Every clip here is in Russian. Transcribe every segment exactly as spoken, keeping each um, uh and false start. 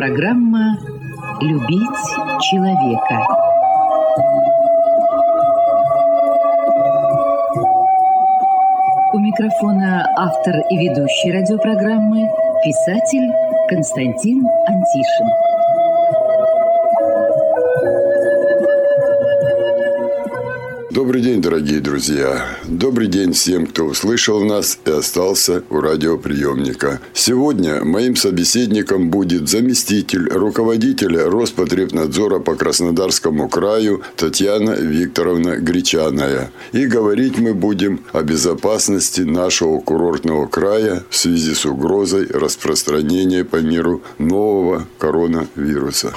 Программа «Любить человека». У микрофона автор и ведущий радиопрограммы писатель Константин Антишин. Добрый день, дорогие друзья! Добрый день всем, кто услышал нас и остался у радиоприемника. Сегодня моим собеседником будет заместитель руководителя Роспотребнадзора по Краснодарскому краю Татьяна Викторовна Гречаная. И говорить мы будем о безопасности нашего курортного края в связи с угрозой распространения по миру нового коронавируса.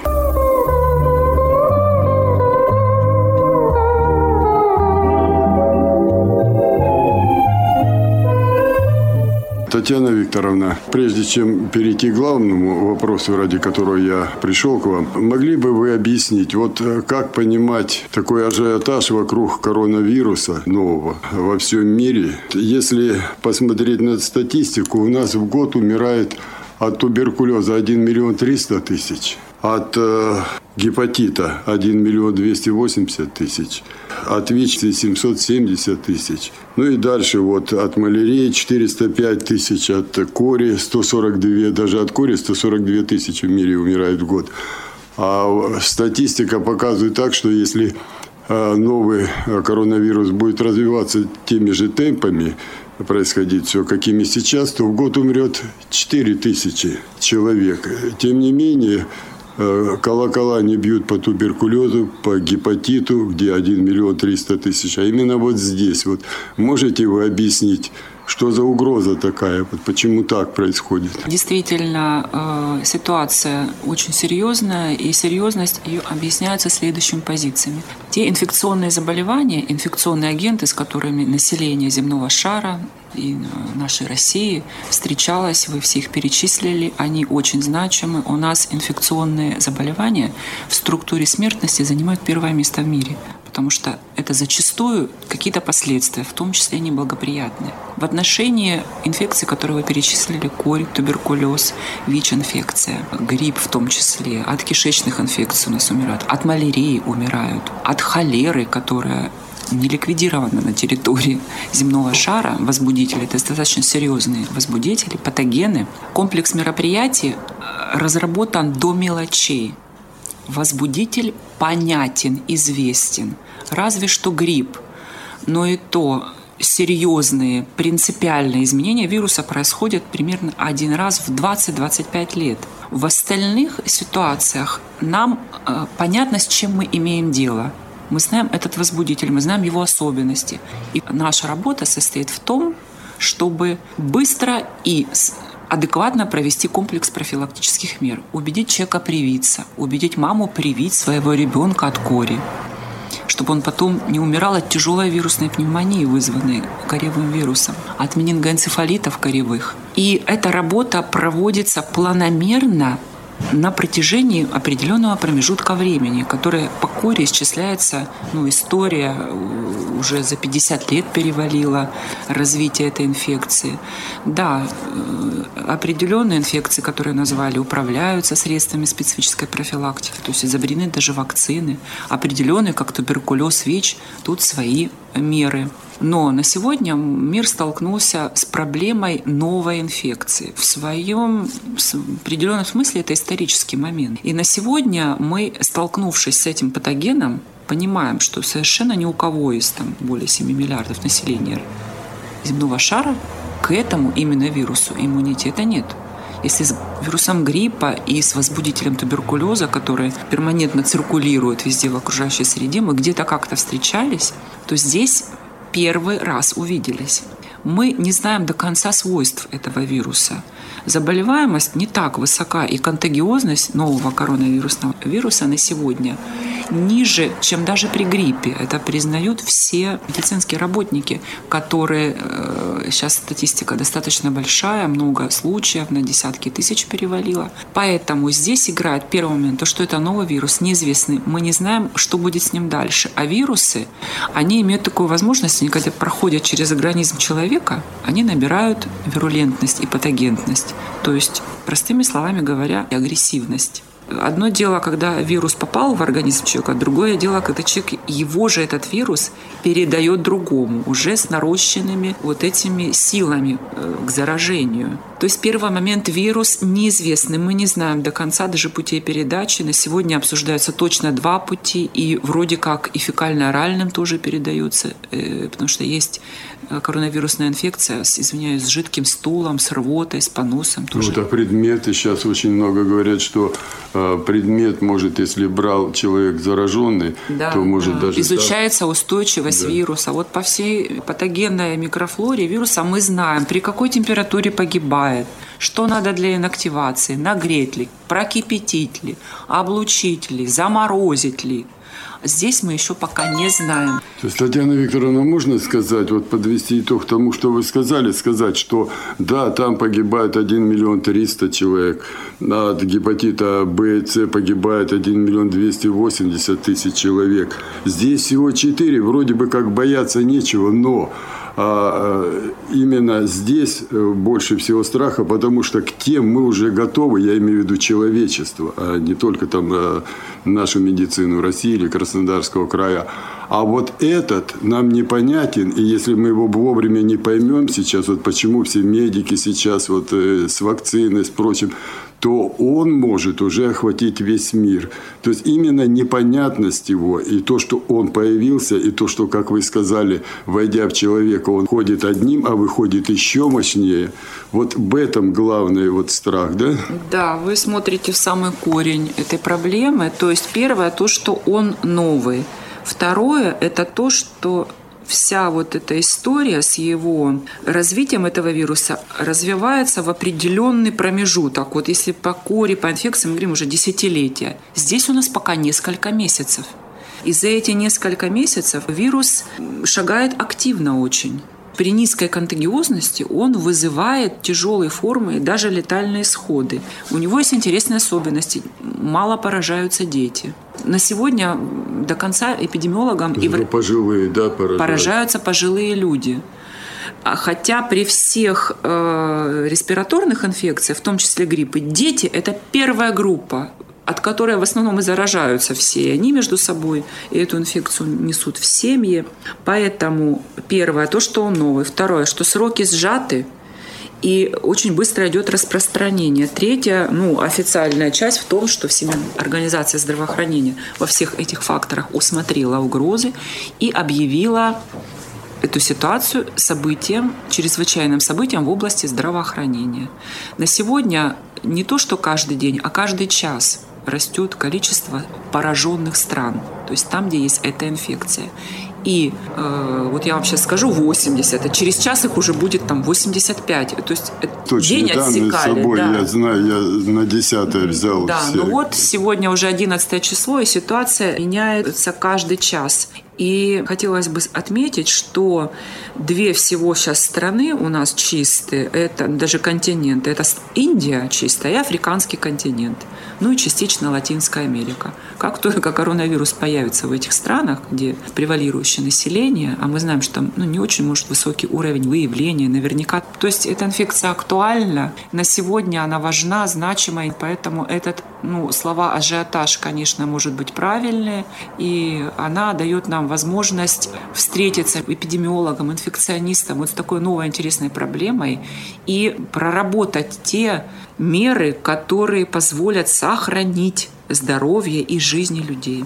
Татьяна Викторовна, прежде чем перейти к главному вопросу, ради которого я пришел к вам, могли бы вы объяснить, вот как понимать такой ажиотаж вокруг коронавируса нового во всем мире? Если посмотреть на статистику, у нас в год умирает от туберкулеза один миллион триста тысяч, от э, гепатита один миллион двести восемьдесят тысяч, от ВИЧ семьсот семьдесят тысяч. Ну и дальше вот от малярии четыреста пять тысяч, от кори сто сорок два, даже от кори сто сорок две тысячи в мире умирает в год. А статистика показывает так, что если новый коронавирус будет развиваться теми же темпами, происходить все, какими сейчас, то в год умрет четыре тысячи человек. Тем не менее, колокола не бьют по туберкулезу, по гепатиту, где один миллион триста тысяч. А именно вот здесь. Вот можете вы объяснить, что за угроза такая? Вот почему так происходит? Действительно, ситуация очень серьезная, и серьезность ее объясняется следующими позициями. Те инфекционные заболевания, инфекционные агенты, с которыми население земного шара и нашей России встречалось, вы все их перечислили, они очень значимы. У нас инфекционные заболевания в структуре смертности занимают первое место в мире, потому что это зачастую какие-то последствия, в том числе неблагоприятные. В отношении инфекций, которые вы перечислили, корь, туберкулез, ВИЧ-инфекция, грипп в том числе, от кишечных инфекций у нас умирают, от малярии умирают, от холеры, которая не ликвидированы на территории земного шара, возбудители, это достаточно серьезные возбудители, патогены. Комплекс мероприятий разработан до мелочей. Возбудитель понятен, известен. Разве что грипп. Но и то серьезные, принципиальные изменения вируса происходят примерно один раз в двадцать-двадцать пять лет. В остальных ситуациях нам э, понятно, с чем мы имеем дело. Мы знаем этот возбудитель, мы знаем его особенности. И наша работа состоит в том, чтобы быстро и адекватно провести комплекс профилактических мер. Убедить человека привиться, убедить маму привить своего ребенка от кори, чтобы он потом не умирал от тяжелой вирусной пневмонии, вызванной коревым вирусом, от менингоэнцефалитов коревых. И эта работа проводится планомерно на протяжении определенного промежутка времени, которое по коре исчисляется, ну, история уже за пятьдесят лет перевалила развитие этой инфекции. Да, определенные инфекции, которые назвали, управляются средствами специфической профилактики, то есть изобретены даже вакцины. Определенные, как туберкулез, ВИЧ, тут свои меры. Но на сегодня мир столкнулся с проблемой новой инфекции. В своем определенном смысле это исторический момент. И на сегодня мы, столкнувшись с этим патогеном, понимаем, что совершенно ни у кого из там, более семи миллиардов населения земного шара к этому именно вирусу иммунитета нет. Если с вирусом гриппа и с возбудителем туберкулеза, который перманентно циркулирует везде в окружающей среде, мы где-то как-то встречались, то здесь первый раз увиделись. Мы не знаем до конца свойств этого вируса. Заболеваемость не так высока, и контагиозность нового коронавирусного вируса на сегодня ниже, чем даже при гриппе. Это признают все медицинские работники, которые... Сейчас статистика достаточно большая, много случаев, на десятки тысяч перевалило. Поэтому здесь играет первый момент, то, что это новый вирус, неизвестный. Мы не знаем, что будет с ним дальше. А вирусы, они имеют такую возможность, они когда проходят через организм человека, они набирают вирулентность и патогентность. То есть, простыми словами говоря, агрессивность. Одно дело, когда вирус попал в организм человека, другое дело, когда человек его же этот вирус передает другому, уже с нарощенными вот этими силами к заражению. То есть первый момент вирус неизвестный, мы не знаем до конца даже путей передачи. На сегодня обсуждаются точно два пути, и вроде как и фекально-оральным тоже передается, потому что есть коронавирусная инфекция, извиняюсь, с жидким стулом, с рвотой, с поносом тоже. Вот, а предметы сейчас очень много говорят, что э, предмет может, если брал человек зараженный, да, то может да. даже... Изучается так... устойчивость да. вируса. Вот по всей патогенной микрофлоре вируса мы знаем, при какой температуре погибает, что надо для инактивации, нагреть ли, прокипятить ли, облучить ли, заморозить ли. Здесь мы еще пока не знаем. То есть, Татьяна Викторовна, можно сказать, вот подвести итог тому, что вы сказали, сказать, что да, там погибает один миллион триста человек, от гепатита Б и С погибает один миллион двести восемьдесят тысяч человек. Здесь всего четыре, вроде бы как бояться нечего, но а именно здесь больше всего страха, потому что к тем мы уже готовы, я имею в виду человечество, а не только там нашу медицину России или Краснодарского края. А вот этот нам непонятен, и если мы его вовремя не поймем сейчас, вот почему все медики сейчас вот с вакциной, с прочим, то он может уже охватить весь мир. То есть именно непонятность его, и то, что он появился, и то, что, как вы сказали, войдя в человека, он ходит одним, а выходит еще мощнее. Вот в этом главный вот страх, да? Да, вы смотрите в самый корень этой проблемы. То есть первое, то, что он новый. Второе – это то, что вся вот эта история с его развитием этого вируса развивается в определенный промежуток. Вот если по коре, по инфекциям мы говорим уже десятилетия. Здесь у нас пока несколько месяцев. И за эти несколько месяцев вирус шагает активно очень. При низкой контагиозности он вызывает тяжелые формы и даже летальные исходы. У него есть интересные особенности. Мало поражаются дети. На сегодня до конца эпидемиологам и пожилые, да, поражаются. поражаются пожилые люди. Хотя при всех э, респираторных инфекциях, в том числе гриппе, дети – это первая группа, от которой в основном и заражаются все, и они между собой и эту инфекцию несут в семье. Поэтому первое, то, что он новый. Второе, что сроки сжаты, и очень быстро идет распространение. Третье, ну, официальная часть в том, что Всемирная организация здравоохранения во всех этих факторах усмотрела угрозы и объявила эту ситуацию событием, чрезвычайным событием в области здравоохранения. На сегодня не то, что каждый день, а каждый час растет количество пораженных стран, то есть там, где есть эта инфекция. И э, вот я вам сейчас скажу восемьдесят, а через час их уже будет там восемьдесят пять. То есть точно, день отсекали. С собой, да. Я знаю, я на десятое взял. Да, все. ну вот сегодня уже одиннадцатое число, и ситуация меняется каждый час. И хотелось бы отметить, что две всего сейчас страны у нас чистые, это даже континенты, это Индия чистая и африканский континент, ну и частично Латинская Америка. Как только коронавирус появится в этих странах, где превалирующее население, а мы знаем, что там ну, не очень может высокий уровень выявления, наверняка. То есть эта инфекция актуальна, на сегодня она важна, значима, и поэтому этот, ну, слова ажиотаж, конечно, может быть правильные, и она дает нам возможность встретиться эпидемиологам, инфекционистам вот с такой новой интересной проблемой и проработать те меры, которые позволят сохранить здоровье и жизни людей.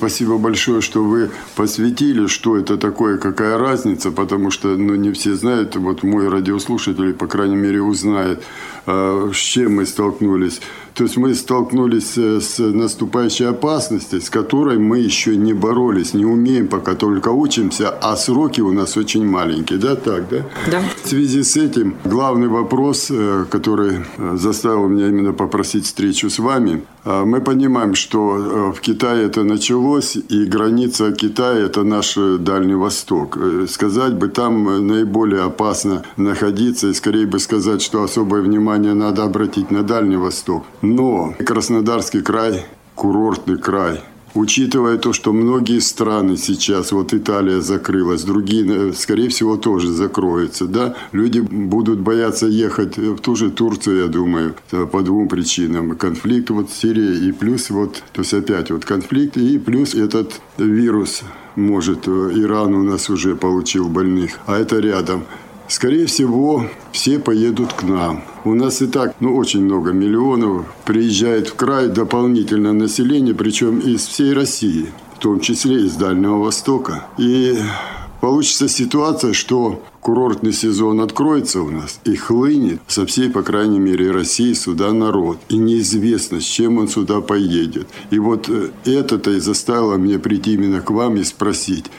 спасибо большое, что вы посвятили, что это такое, какая разница, потому что ну, не все знают, вот мой радиослушатель, по крайней мере, узнает, с чем мы столкнулись. То есть мы столкнулись с наступающей опасностью, с которой мы еще не боролись, не умеем, пока только учимся, а сроки у нас очень маленькие. Да, так, да? Да. В связи с этим главный вопрос, который заставил меня именно попросить встречу с вами. Мы понимаем, что в Китае это началось, и граница Китая – это наш Дальний Восток. Сказать бы, там наиболее опасно находиться, и скорее бы сказать, что особое внимание надо обратить на Дальний Восток. Но Краснодарский край – курортный край. Учитывая то, что многие страны сейчас, вот Италия закрылась, другие, скорее всего, тоже закроются, да, люди будут бояться ехать в ту же Турцию, я думаю, по двум причинам. Конфликт вот в Сирии и плюс вот, то есть опять вот конфликт, и плюс этот вирус, может, Иран у нас уже получил больных, а это рядом. Скорее всего, все поедут к нам. У нас и так ну, очень много миллионов приезжает в край дополнительное население, причем из всей России, в том числе из Дальнего Востока. И получится ситуация, что курортный сезон откроется у нас и хлынет со всей, по крайней мере, России сюда народ. И неизвестно, с чем он сюда поедет. И вот это-то и заставило меня прийти именно к вам и спросить,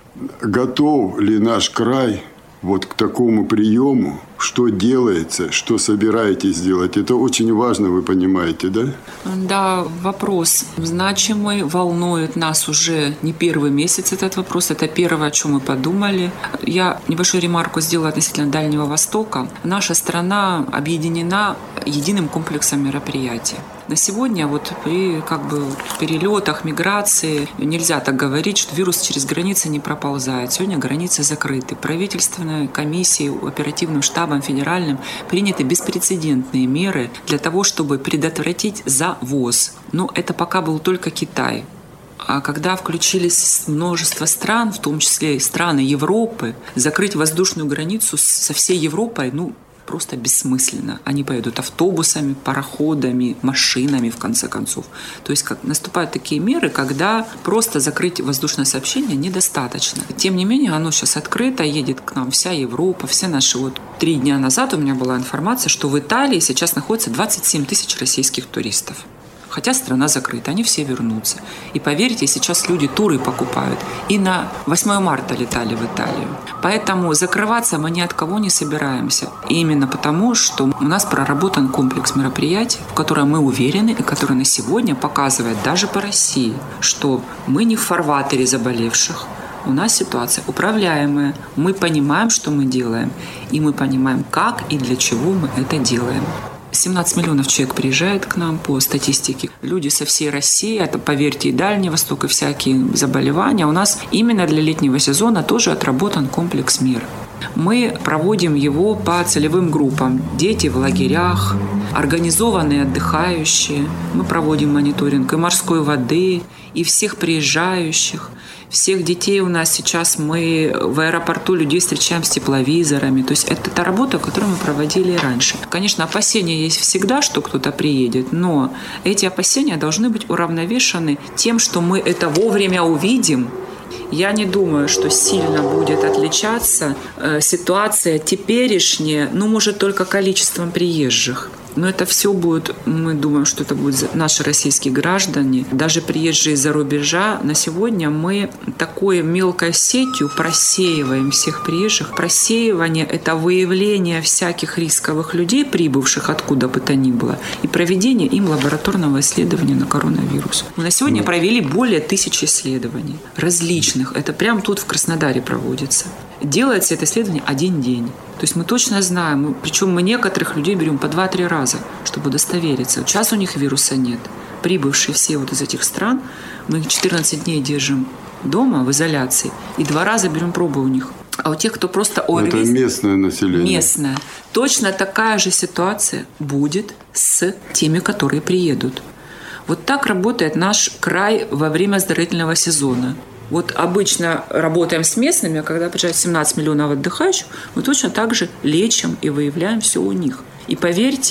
готов ли наш край вот к такому приему, что делается, что собираетесь делать. Это очень важно, вы понимаете, да? Да, вопрос значимый, волнует нас уже не первый месяц этот вопрос. Это первое, о чем мы подумали. Я небольшую ремарку сделала относительно Дальнего Востока. Наша страна объединена единым комплексом мероприятий. На сегодня вот при как бы, перелетах, миграции нельзя так говорить, что вирус через границы не проползает. Сегодня границы закрыты. Правительственной комиссией, оперативным штабом федеральным приняты беспрецедентные меры для того, чтобы предотвратить завоз. Но это пока был только Китай. А когда включились множество стран, в том числе и страны Европы, закрыть воздушную границу со всей Европой, ну, просто бессмысленно. Они поедут автобусами, пароходами, машинами, в конце концов. То есть как, наступают такие меры, когда просто закрыть воздушное сообщение недостаточно. Тем не менее, оно сейчас открыто, едет к нам вся Европа, все наши... Вот три дня назад у меня была информация, что в Италии сейчас находится двадцать семь тысяч российских туристов. Хотя страна закрыта, они все вернутся. И поверьте, сейчас люди туры покупают. И на восьмое марта летали в Италию. Поэтому закрываться мы ни от кого не собираемся. И именно потому, что у нас проработан комплекс мероприятий, в котором мы уверены, и который на сегодня показывает даже по России, что мы не в фарватере заболевших. У нас ситуация управляемая. Мы понимаем, что мы делаем. И мы понимаем, как и для чего мы это делаем. семнадцать миллионов человек приезжает к нам по статистике. Люди со всей России, это, поверьте, и Дальний Восток, и всякие заболевания. У нас именно для летнего сезона тоже отработан комплекс мер. Мы проводим его по целевым группам. Дети в лагерях, организованные отдыхающие. Мы проводим мониторинг и морской воды, и всех приезжающих. Всех детей у нас сейчас мы в аэропорту людей встречаем с тепловизорами. То есть это та работа, которую мы проводили раньше. Конечно, опасения есть всегда, что кто-то приедет, но эти опасения должны быть уравновешены тем, что мы это вовремя увидим. Я не думаю, что сильно будет отличаться э, ситуация теперешняя, ну, может, только количеством приезжих. Но это все будет, мы думаем, что это будут наши российские граждане, даже приезжие из-за рубежа. На сегодня мы такой мелкой сетью просеиваем всех приезжих. Просеивание – это выявление всяких рисковых людей, прибывших откуда бы то ни было, и проведение им лабораторного исследования на коронавирус. Мы на сегодня провели более тысячи исследований различных. Это прямо тут в Краснодаре проводится. Делается это исследование один день. То есть мы точно знаем, причем мы некоторых людей берем по два-три раза, чтобы удостовериться. Сейчас у них вируса нет. Прибывшие все вот из этих стран, мы их четырнадцать дней держим дома в изоляции и два раза берем пробы у них. А у тех, кто просто ОРВИ... Это местное население. Местное. Точно такая же ситуация будет с теми, которые приедут. Вот так работает наш край во время оздоровительного сезона. Вот обычно работаем с местными, а когда приезжает семнадцать миллионов отдыхающих, мы точно так же лечим и выявляем все у них. И поверьте,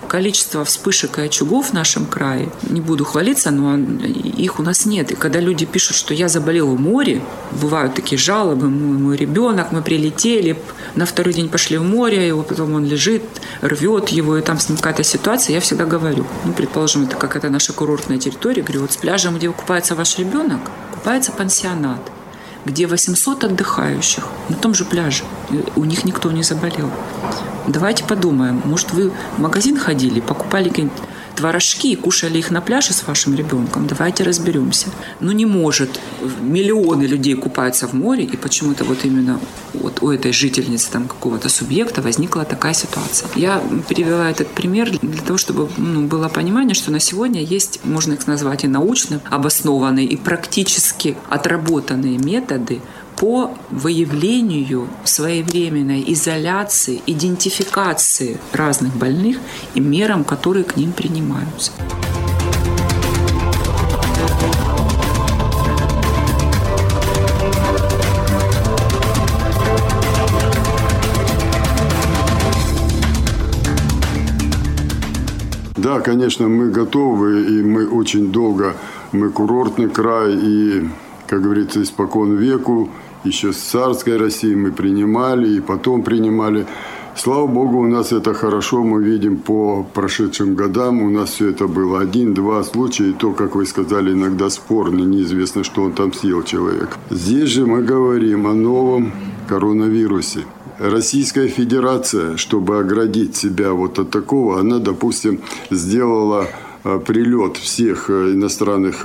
количество вспышек и очагов в нашем крае, не буду хвалиться, но их у нас нет. И когда люди пишут, что я заболел в море, бывают такие жалобы, мой, мой ребенок, мы прилетели, на второй день пошли в море, и потом он лежит, рвет его, и там с ним какая-то ситуация, я всегда говорю, ну, предположим, это как это наша курортная территория, говорю, вот с пляжем, где купается ваш ребенок, купается пансионат, где восемьсот отдыхающих на том же пляже. У них никто не заболел. Давайте подумаем, может, вы в магазин ходили, покупали какие-нибудь творожки и кушали их на пляже с вашим ребенком? Давайте разберемся. Ну, не может. Миллионы людей купаются в море, и почему-то вот именно вот у этой жительницы там какого-то субъекта возникла такая ситуация. Я привела этот пример для того, чтобы ну, было понимание, что на сегодня есть, можно их назвать и научно обоснованные, и практически отработанные методы по выявлению своевременной изоляции, идентификации разных больных и мерам, которые к ним принимаются. Да, конечно, мы готовы, и мы очень долго, мы курортный край, и, как говорится, испокон веку, еще с царской России мы принимали, и потом принимали. Слава Богу, у нас это хорошо, мы видим по прошедшим годам, у нас все это было один-два случая, и то, как вы сказали, иногда спорно, неизвестно, что он там съел человек. Здесь же мы говорим о новом коронавирусе. Российская Федерация, чтобы оградить себя вот от такого, она, допустим, сделала прилет всех иностранных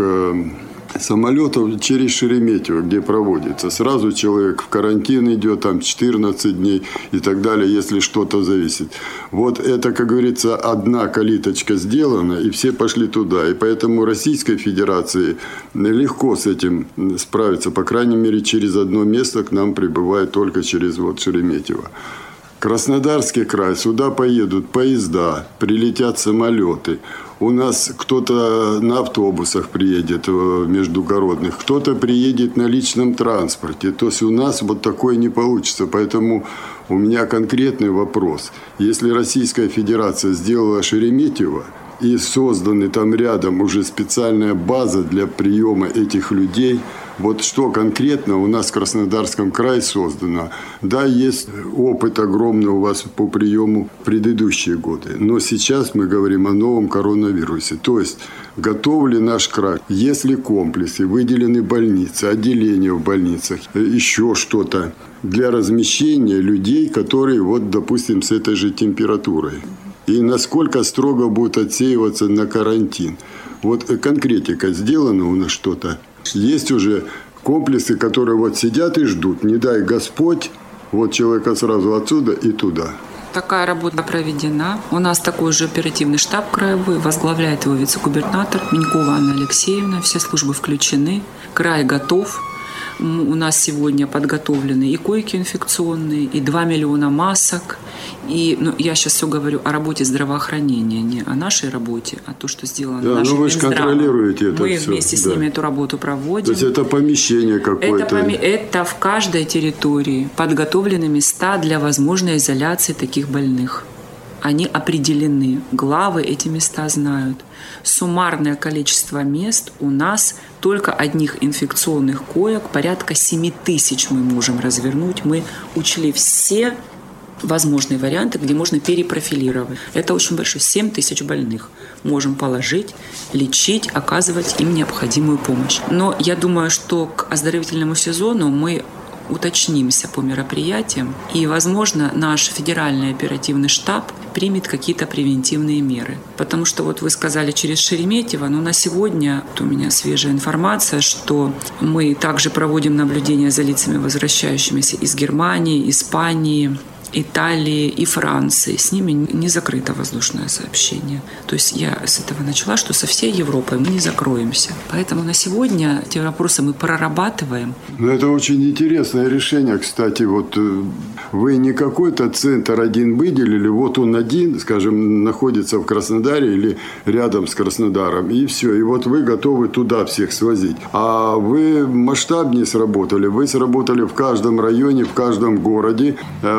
самолетов через Шереметьево, где проводится. Сразу человек в карантин идет, там четырнадцать дней и так далее, если что-то зависит. Вот это, как говорится, одна калиточка сделана, и все пошли туда. И поэтому Российской Федерации легко с этим справиться. По крайней мере, через одно место к нам прибывает только через вот Шереметьево. Краснодарский край, сюда поедут поезда, прилетят самолеты. У нас кто-то на автобусах приедет междугородных, кто-то приедет на личном транспорте. То есть у нас вот такое не получится. Поэтому у меня конкретный вопрос. Если Российская Федерация сделала Шереметьево и созданы там рядом уже специальная база для приема этих людей, вот что конкретно у нас в Краснодарском крае создано? Да, есть опыт огромный у вас по приему в предыдущие годы. Но сейчас мы говорим о новом коронавирусе. То есть, готов ли наш край? Есть ли комплексы, выделены больницы, отделения в больницах, еще что-то для размещения людей, которые, вот, допустим, с этой же температурой? И насколько строго будет отсеиваться на карантин? Вот конкретика, сделано у нас что-то? Есть уже комплексы, которые вот сидят и ждут. Не дай Господь, вот человека сразу отсюда и туда. Такая работа проведена. У нас такой же оперативный штаб краевой. Возглавляет его вице-губернатор Минькова Анна Алексеевна. Все службы включены. Край готов. У нас сегодня подготовлены и койки инфекционные, и два миллиона масок. И, ну, я сейчас все говорю о работе здравоохранения, не о нашей работе, а то, что сделано да, нашим ну вы же контролируете это Мы все. вместе с да. ними эту работу проводим. То есть это помещение какое-то? Это, это в каждой территории подготовлены места для возможной изоляции таких больных. Они определены, главы эти места знают. Суммарное количество мест у нас только одних инфекционных коек порядка семь тысяч мы можем развернуть. Мы учли все возможные варианты, где можно перепрофилировать. Это очень большое. семь тысяч больных можем положить, лечить, оказывать им необходимую помощь. Но я думаю, что к оздоровительному сезону мы уточнимся по мероприятиям, и, возможно, наш федеральный оперативный штаб примет какие-то превентивные меры. Потому что, вот вы сказали, через Шереметьево, но на сегодня вот у меня свежая информация, что мы также проводим наблюдения за лицами, возвращающимися из Германии, Испании, Италии и Франции. С ними не закрыто воздушное сообщение. То есть я с этого начала, что со всей Европой мы не закроемся. Поэтому на сегодня эти вопросы мы прорабатываем. Ну, это очень интересное решение. Кстати, вот вы не какой-то центр один выделили, вот он один, скажем, находится в Краснодаре или рядом с Краснодаром, и все. И вот вы готовы туда всех свозить. А вы масштабнее сработали. Вы сработали в каждом районе, в каждом городе, поручили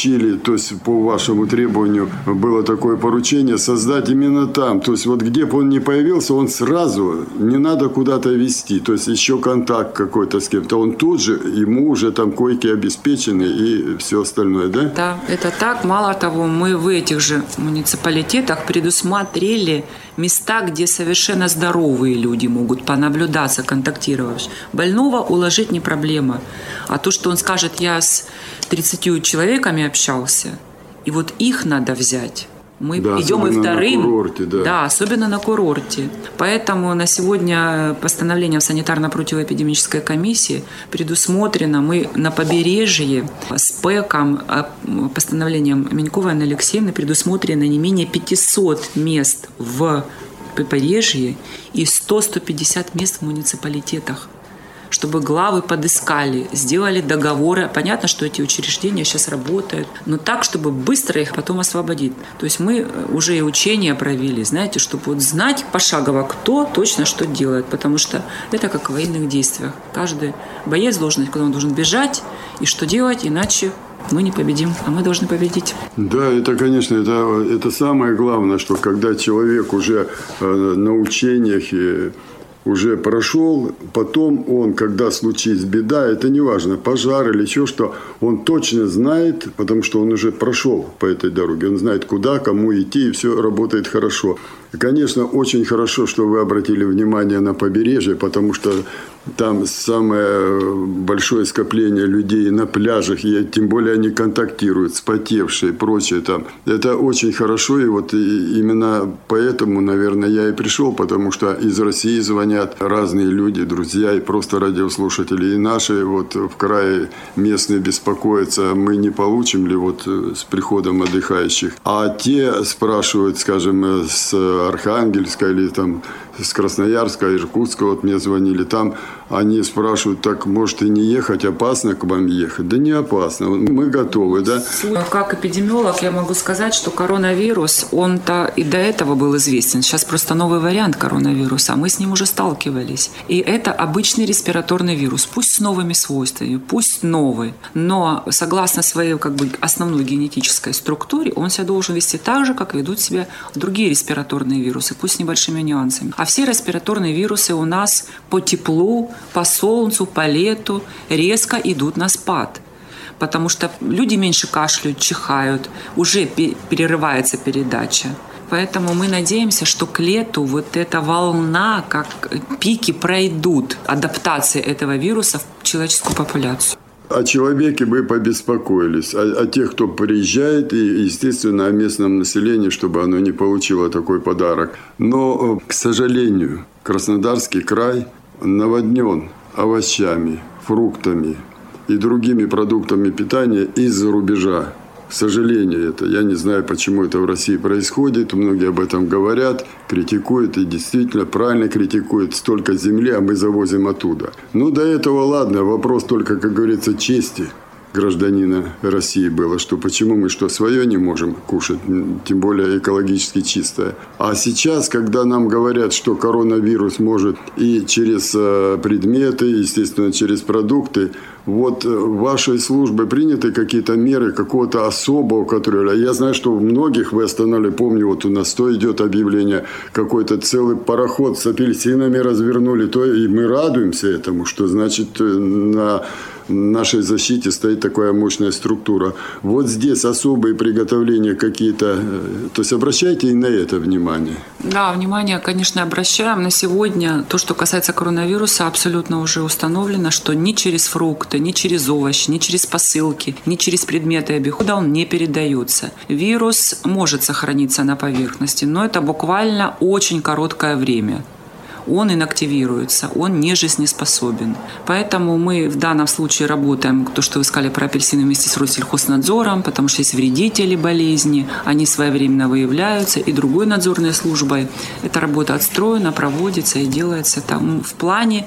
поручили, то есть по вашему требованию было такое поручение, создать именно там. То есть вот где бы он ни появился, он сразу, не надо куда-то везти. То есть еще контакт какой-то с кем-то. Он тут же, ему уже там койки обеспечены и все остальное, да? Да, это так. Мало того, мы в этих же муниципалитетах предусмотрели места, где совершенно здоровые люди могут понаблюдаться, контактировать. Больного уложить не проблема. А то, что он скажет, я с тридцатью человеками общался, и вот их надо взять. Мы да, идем и вторым. На курорте, да. да, особенно на курорте. Поэтому на сегодня постановлением санитарно-противоэпидемической комиссии предусмотрено, мы на побережье с ПЭКом, постановлением Меньковой Анны Алексеевны предусмотрено не менее пятьсот мест в побережье и сто - сто пятьдесят мест в муниципалитетах, чтобы главы подыскали, сделали договоры. Понятно, что эти учреждения сейчас работают, но так, чтобы быстро их потом освободить. То есть мы уже и учения провели, знаете, чтобы вот знать пошагово, кто точно что делает, потому что это как в военных действиях. Каждый боец должен, когда он должен бежать, и что делать, иначе мы не победим, а мы должны победить. Да, это, конечно, это, это самое главное, что когда человек уже э, на учениях и уже прошел, потом он, когда случится беда, это не важно, пожар или еще что, он точно знает, потому что он уже прошел по этой дороге, он знает, куда, кому идти, и все работает хорошо. Конечно, очень хорошо, что вы обратили внимание на побережье, потому что там самое большое скопление людей на пляжах, и тем более они контактируют, спотевшие и прочее там. Это очень хорошо, и вот именно поэтому, наверное, я и пришел, потому что из России звонят разные люди, друзья, и просто радиослушатели, и наши вот в крае местные беспокоятся, мы не получим ли вот с приходом отдыхающих. А те спрашивают, скажем, с Архангельска или там с Красноярска, Иркутска, вот мне звонили, там они спрашивают, так может и не ехать, опасно к вам ехать? Да не опасно, мы готовы, да? Как эпидемиолог я могу сказать, что коронавирус, он-то и до этого был известен. Сейчас просто новый вариант коронавируса, мы с ним уже сталкивались. И это обычный респираторный вирус, пусть с новыми свойствами, пусть новый, но согласно своей как бы основной генетической структуре, он себя должен вести так же, как ведут себя другие респираторные вирусы, пусть с небольшими нюансами. А все респираторные вирусы у нас по теплу, по солнцу, по лету резко идут на спад. Потому что люди меньше кашляют, чихают, уже перерывается передача. Поэтому мы надеемся, что к лету вот эта волна, как пики пройдут, адаптация этого вируса в человеческую популяцию. О человеке вы побеспокоились, о, о тех, кто приезжает, и, естественно, о местном населении, чтобы оно не получило такой подарок. Но, к сожалению, Краснодарский край наводнен овощами, фруктами и другими продуктами питания из-за рубежа. К сожалению, это. Я не знаю, почему это в России происходит. Многие об этом говорят, критикуют и действительно правильно критикуют. Столько земли, а мы завозим оттуда. Ну, до этого ладно. Вопрос только, как говорится, чести гражданина России было, что почему мы что, свое не можем кушать, тем более экологически чистое. А сейчас, когда нам говорят, что коронавирус может и через предметы, естественно, через продукты, вот вашей службой приняты какие-то меры какого-то особого, который... Я знаю, что у многих вы останавливали, помню, вот у нас то идет объявление, какой-то целый пароход с апельсинами развернули, то и мы радуемся этому, что значит на нашей защите стоит такая мощная структура. Вот здесь особые приготовления какие-то, то есть обращайте и на это внимание. Да, внимание, конечно, обращаем. На сегодня то, что касается коронавируса, абсолютно уже установлено, что ни через фрукты, ни через овощи, ни через посылки, ни через предметы обихода он не передается. Вирус может сохраниться на поверхности, но это буквально очень короткое время. Он инактивируется, он не жизнеспособен. Поэтому мы в данном случае работаем, то, что вы сказали про апельсины, вместе с Россельхознадзором, потому что есть вредители болезни, они своевременно выявляются, и другой надзорной службой эта работа отстроена, проводится и делается там в плане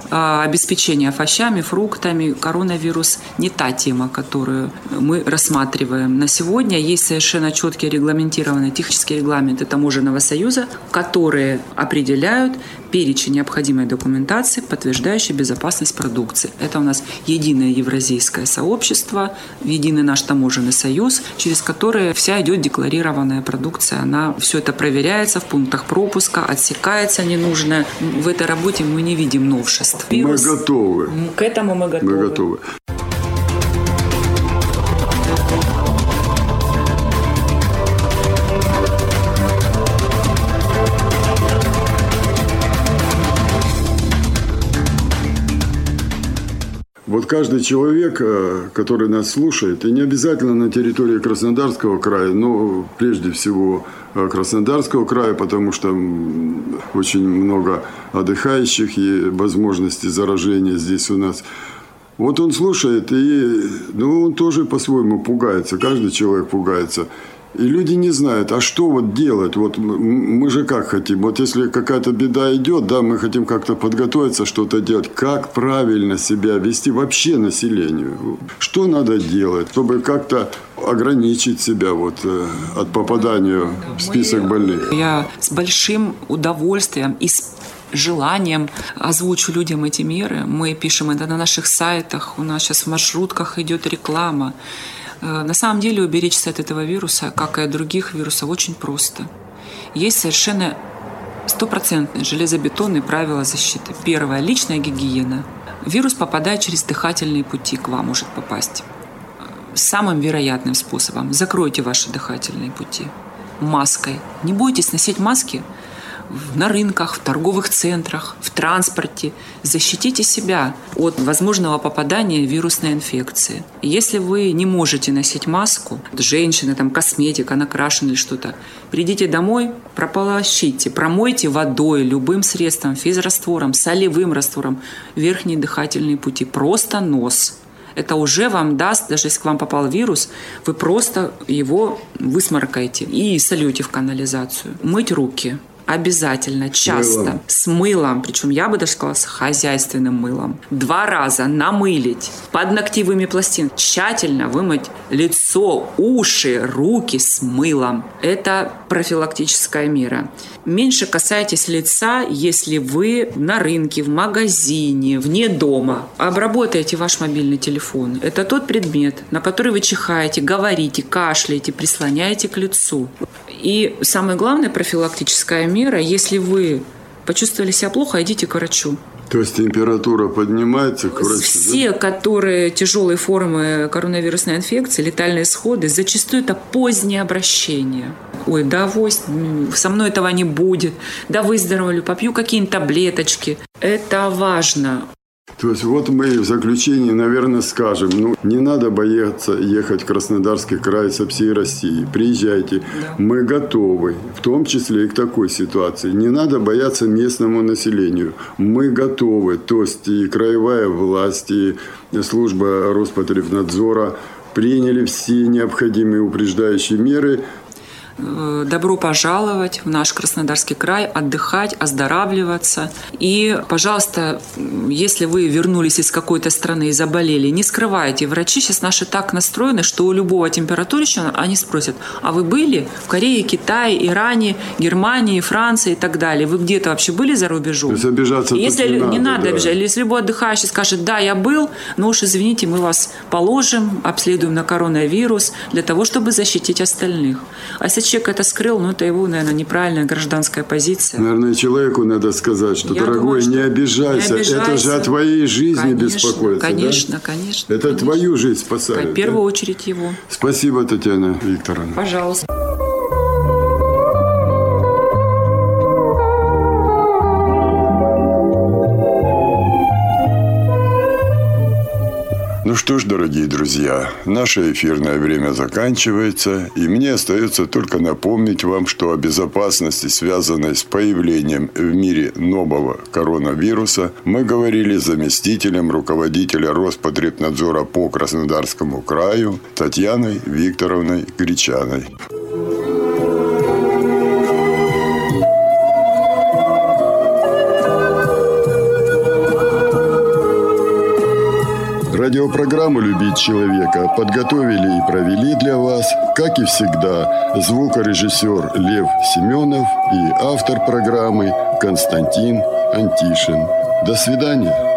обеспечение овощами, фруктами. Коронавирус не та тема, которую мы рассматриваем на сегодня. Есть совершенно четкие регламентированные технические регламенты Таможенного союза, которые определяют перечень необходимой документации, подтверждающей безопасность продукции. Это у нас единое евразийское сообщество, единый наш таможенный союз, через который вся идет декларированная продукция. Она все это проверяется в пунктах пропуска, отсекается ненужное. В этой работе мы не видим новшеств. Вирус, мы готовы. К этому мы готовы. Мы готовы. Вот каждый человек, который нас слушает, и не обязательно на территории Краснодарского края, но прежде всего Краснодарского края, потому что очень много отдыхающих и возможности заражения здесь у нас. Вот он слушает, и ну, он тоже по-своему пугается, каждый человек пугается. И люди не знают, а что вот делать? Вот мы же как хотим? Вот если какая-то беда идет, да, мы хотим как-то подготовиться, что-то делать. Как правильно себя вести вообще населению? Что надо делать, чтобы как-то ограничить себя вот от попадания в список больных? Я с большим удовольствием и с желанием озвучу людям эти меры. Мы пишем это на наших сайтах, у нас сейчас в маршрутках идет реклама. На самом деле уберечься от этого вируса, как и от других вирусов, очень просто. Есть совершенно стопроцентные железобетонные правила защиты. Первое – личная гигиена. Вирус попадает через дыхательные пути, к вам может попасть. Самым вероятным способом – закройте ваши дыхательные пути маской. Не бойтесь носить маски на рынках, в торговых центрах, в транспорте. Защитите себя от возможного попадания вирусной инфекции. Если вы не можете носить маску, женщина, там, косметика, накрашена или что-то, придите домой, прополощите, промойте водой, любым средством, физраствором, солевым раствором верхние дыхательные пути, просто нос. Это уже вам даст, даже если к вам попал вирус, вы просто его высморкаете и сольете в канализацию. Мыть руки. Обязательно, часто, мылом. С мылом, причем я бы даже сказала, с хозяйственным мылом. Два раза намылить под ногтевыми пластинами, тщательно вымыть лицо, уши, руки с мылом. Это профилактическая мера. Меньше касайтесь лица, если вы на рынке, в магазине, вне дома. Обработайте ваш мобильный телефон. Это тот предмет, на который вы чихаете, говорите, кашляете, прислоняете к лицу. И самая главная профилактическая мера, если вы почувствовали себя плохо, идите к врачу. То есть температура поднимается к врачу? Все, да? Которые тяжелые формы коронавирусной инфекции, летальные исходы, зачастую это позднее обращение. Ой, да авось, со мной этого не будет, да выздоровлю, попью какие-нибудь таблеточки. Это важно. То есть вот мы в заключении, наверное, скажем, ну, не надо бояться ехать в Краснодарский край со всей России. Приезжайте, да. Мы готовы, в том числе и к такой ситуации. Не надо бояться местному населению. Мы готовы, то есть и краевая власть, и служба Роспотребнадзора приняли все необходимые упреждающие меры. Добро пожаловать в наш Краснодарский край, отдыхать, оздоравливаться. И, пожалуйста, если вы вернулись из какой-то страны и заболели, не скрывайте. Врачи сейчас наши так настроены, что у любого температурища они спросят, а вы были в Корее, Китае, Иране, Германии, Франции и так далее? Вы где-то вообще были за рубежом? То есть обижаться если не, не надо, надо да. обижать. Если любой отдыхающий скажет, да, я был, но уж извините, мы вас положим, обследуем на коронавирус для того, чтобы защитить остальных. А если человек это скрыл, но это его, наверное, неправильная гражданская позиция. Наверное, человеку надо сказать, что, я дорогой, думаю, что не, обижайся. не обижайся, это же о твоей жизни конечно, беспокоиться. Конечно, да? конечно. Это конечно. твою жизнь спасает. В первую да? очередь его. Спасибо, Татьяна Викторовна. Пожалуйста. Ну что ж, дорогие друзья, наше эфирное время заканчивается, и мне остается только напомнить вам, что о безопасности, связанной с появлением в мире нового коронавируса, мы говорили с заместителем руководителя Роспотребнадзора по Краснодарскому краю Татьяной Викторовной Гречаной. Радиопрограмму «Любить человека» подготовили и провели для вас, как и всегда, звукорежиссер Лев Семенов и автор программы Константин Антишин. До свидания.